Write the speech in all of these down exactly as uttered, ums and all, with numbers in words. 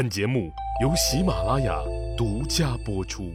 本节目由喜马拉雅独家播出。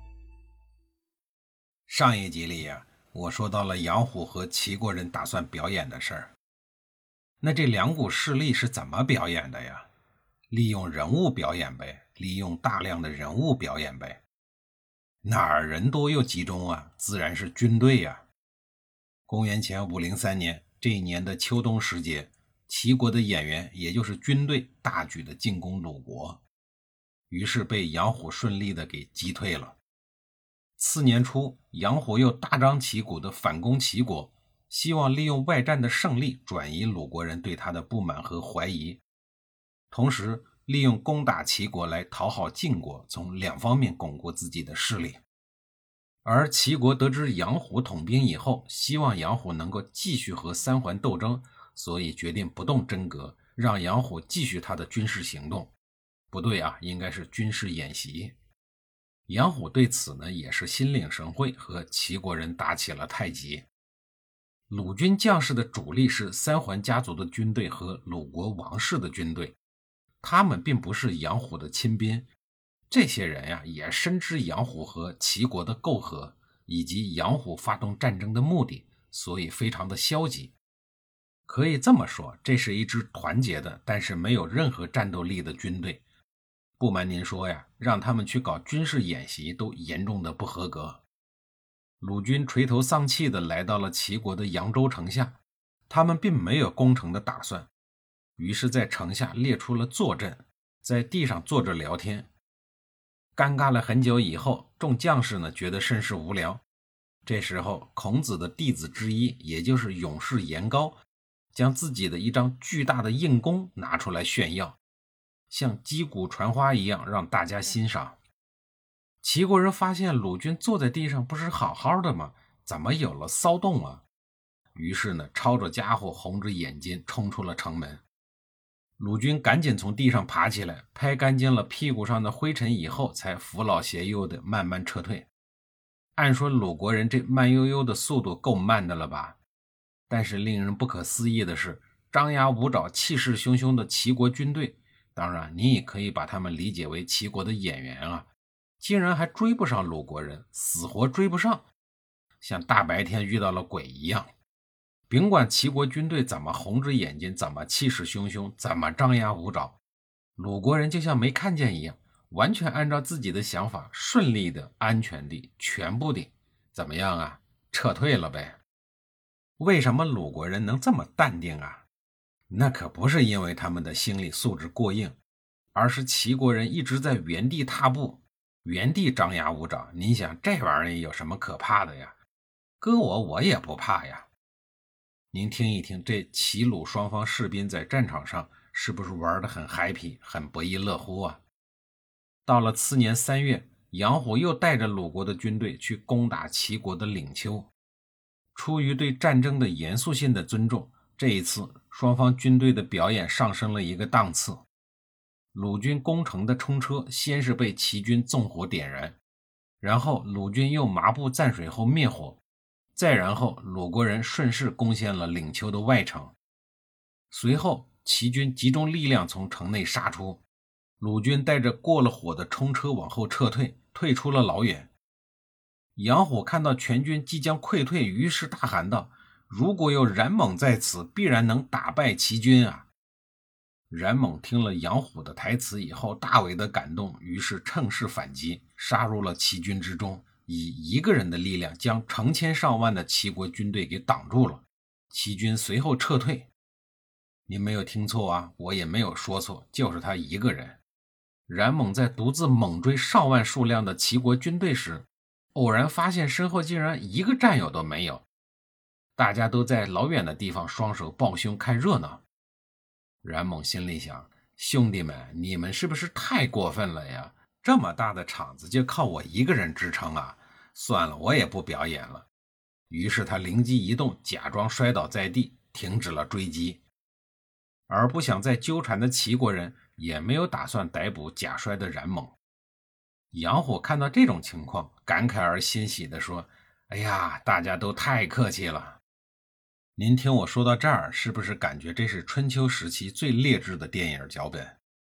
上一集里呀、啊，我说到了杨虎和齐国人打算表演的事儿。那这两股势力是怎么表演的呀？利用人物表演呗，利用大量的人物表演呗。哪儿人多又集中啊？自然是军队呀、啊。公元前五零三年这一年的秋冬时节，齐国的演员也就是军队大举的进攻鲁国，于是被杨虎顺利的给击退了。次年初，杨虎又大张旗鼓的反攻齐国，希望利用外战的胜利转移鲁国人对他的不满和怀疑，同时利用攻打齐国来讨好晋国，从两方面巩固自己的势力。而齐国得知杨虎统兵以后，希望杨虎能够继续和三桓斗争，所以决定不动真格，让杨虎继续他的军事行动。不对啊，应该是军事演习。杨虎对此呢也是心领神会，和齐国人打起了太极。鲁军将士的主力是三桓家族的军队和鲁国王室的军队，他们并不是杨虎的亲兵。这些人呀、啊、也深知杨虎和齐国的媾和，以及杨虎发动战争的目的，所以非常的消极。可以这么说，这是一支团结的但是没有任何战斗力的军队。不瞒您说呀，让他们去搞军事演习都严重的不合格。鲁军垂头丧气的来到了齐国的扬州城下，他们并没有攻城的打算，于是在城下列出了坐阵，在地上坐着聊天。尴尬了很久以后，众将士呢觉得甚是无聊。这时候孔子的弟子之一，也就是勇士颜高，将自己的一张巨大的硬弓拿出来炫耀，像击鼓传花一样让大家欣赏。齐国人发现鲁军坐在地上不是好好的吗？怎么有了骚动啊？于是呢，抄着家伙，红着眼睛冲出了城门。鲁军赶紧从地上爬起来，拍干净了屁股上的灰尘以后，才扶老携幼的慢慢撤退。按说鲁国人这慢悠悠的速度够慢的了吧？但是令人不可思议的是，张牙舞爪、气势汹汹的齐国军队，当然你也可以把他们理解为齐国的演员啊，竟然还追不上鲁国人，死活追不上，像大白天遇到了鬼一样。甭管齐国军队怎么红着眼睛，怎么气势汹汹，怎么张牙舞爪，鲁国人就像没看见一样，完全按照自己的想法，顺利的、安全的、全部的，怎么样啊？撤退了呗。为什么鲁国人能这么淡定啊？那可不是因为他们的心理素质过硬，而是齐国人一直在原地踏步，原地张牙舞爪。你想这玩意儿有什么可怕的呀？搁我我也不怕呀。您听一听，这齐鲁双方士兵在战场上是不是玩得很 happy， 很不亦乐乎啊？到了次年三月，杨虎又带着鲁国的军队去攻打齐国的领丘。出于对战争的严肃性的尊重，这一次双方军队的表演上升了一个档次。鲁军攻城的冲车先是被齐军纵火点燃，然后鲁军又麻布蘸水后灭火，再然后鲁国人顺势攻陷了领丘的外城。随后齐军集中力量从城内杀出，鲁军带着过了火的冲车往后撤退，退出了老远。杨虎看到全军即将溃退，于是大喊道：如果有冉猛在此，必然能打败齐军啊！冉猛听了杨虎的台词以后，大为的感动，于是趁势反击，杀入了齐军之中，以一个人的力量将成千上万的齐国军队给挡住了。齐军随后撤退。您没有听错啊，我也没有说错，就是他一个人。冉猛在独自猛追上万数量的齐国军队时，偶然发现身后竟然一个战友都没有，大家都在老远的地方双手抱胸看热闹。冉猛心里想，兄弟们，你们是不是太过分了呀？这么大的场子就靠我一个人支撑啊？算了，我也不表演了。于是他灵机一动，假装摔倒在地，停止了追击。而不想再纠缠的齐国人也没有打算逮捕假摔的冉猛。杨虎看到这种情况，感慨而欣喜地说：哎呀，大家都太客气了。您听我说到这儿，是不是感觉这是春秋时期最劣质的电影脚本？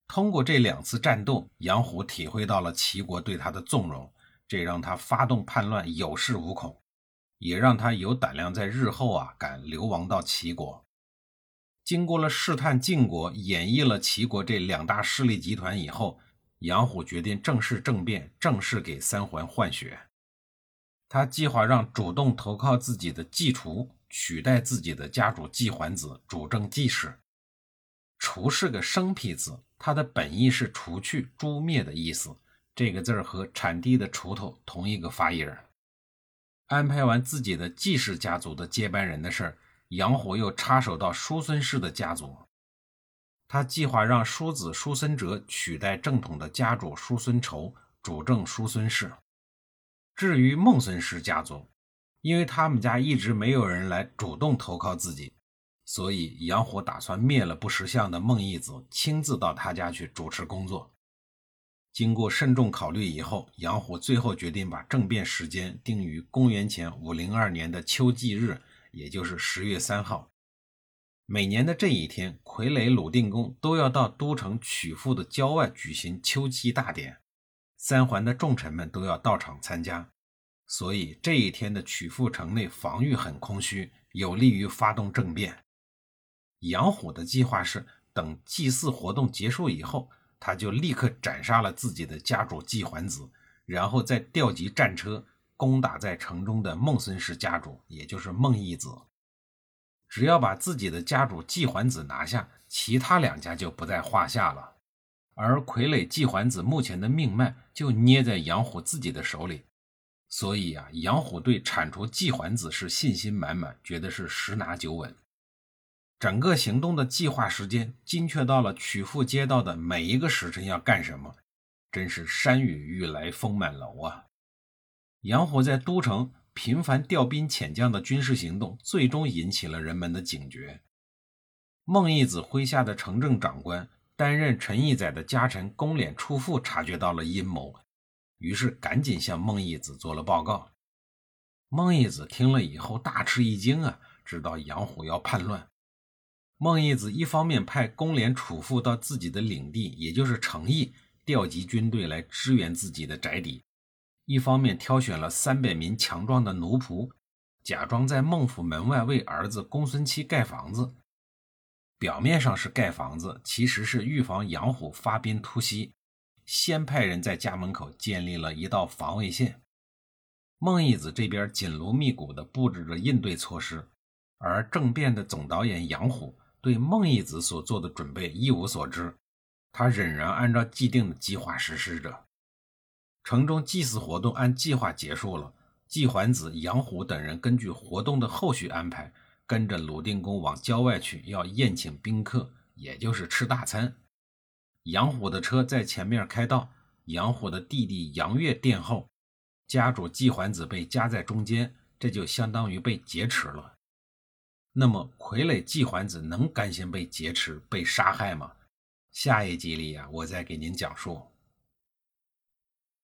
通过这两次战斗，杨虎体会到了齐国对他的纵容，这让他发动叛乱有恃无恐，也让他有胆量在日后啊敢流亡到齐国。经过了试探晋国，演绎了齐国这两大势力集团以后，杨虎决定正式政变，正式给三桓换血。他计划让主动投靠自己的季楚取代自己的家主季桓子主政季氏。除是个生僻字，它的本意是除去、诛灭的意思，这个字和产地的锄头同一个发音。安排完自己的季氏家族的接班人的事儿，杨虎又插手到叔孙氏的家族。他计划让叔子叔孙哲取代正统的家主叔孙仇，主政叔孙氏。至于孟孙氏家族，因为他们家一直没有人来主动投靠自己，所以杨虎打算灭了不识相的孟义子，亲自到他家去主持工作。经过慎重考虑以后，杨虎最后决定把政变时间定于公元前五零二年的秋季日，也就是十月三号。每年的这一天，傀儡鲁定公都要到都城曲阜的郊外举行秋季大典，三桓的重臣们都要到场参加，所以这一天的曲阜城内防御很空虚，有利于发动政变。杨虎的计划是等祭祀活动结束以后，他就立刻斩杀了自己的家主季桓子，然后再调集战车攻打在城中的孟孙氏家主，也就是孟义子。只要把自己的家主季桓子拿下，其他两家就不在话下了。而傀儡季桓子目前的命脉就捏在杨虎自己的手里，所以啊，杨虎对铲除季桓子是信心满满，觉得是十拿九稳。整个行动的计划时间精确到了曲阜街道的每一个时辰要干什么，真是山雨欲来风满楼啊！杨虎在都城频繁调兵遣将的军事行动，最终引起了人们的警觉。孟义子麾下的城政长官，担任陈义载的家臣公敛出父察觉到了阴谋，于是赶紧向孟义子做了报告。孟义子听了以后大吃一惊啊，知道杨虎要叛乱。孟义子一方面派公敛楚父到自己的领地，也就是城邑，调集军队来支援自己的宅邸，一方面挑选了三百名强壮的奴仆，假装在孟府门外为儿子公孙期盖房子。表面上是盖房子，其实是预防杨虎发兵突袭，先派人在家门口建立了一道防卫线。孟义子这边紧锣密鼓地布置着应对措施，而政变的总导演杨虎对孟义子所做的准备一无所知，他仍然按照既定的计划实施着。城中祭祀活动按计划结束了，季桓子、杨虎等人根据活动的后续安排，跟着鲁定公往郊外去，要宴请宾客，也就是吃大餐。杨虎的车在前面开道，杨虎的弟弟杨岳殿后，家主季桓子被夹在中间，这就相当于被劫持了。那么傀儡季桓子能甘心被劫持、被杀害吗？下一集里啊，我再给您讲述。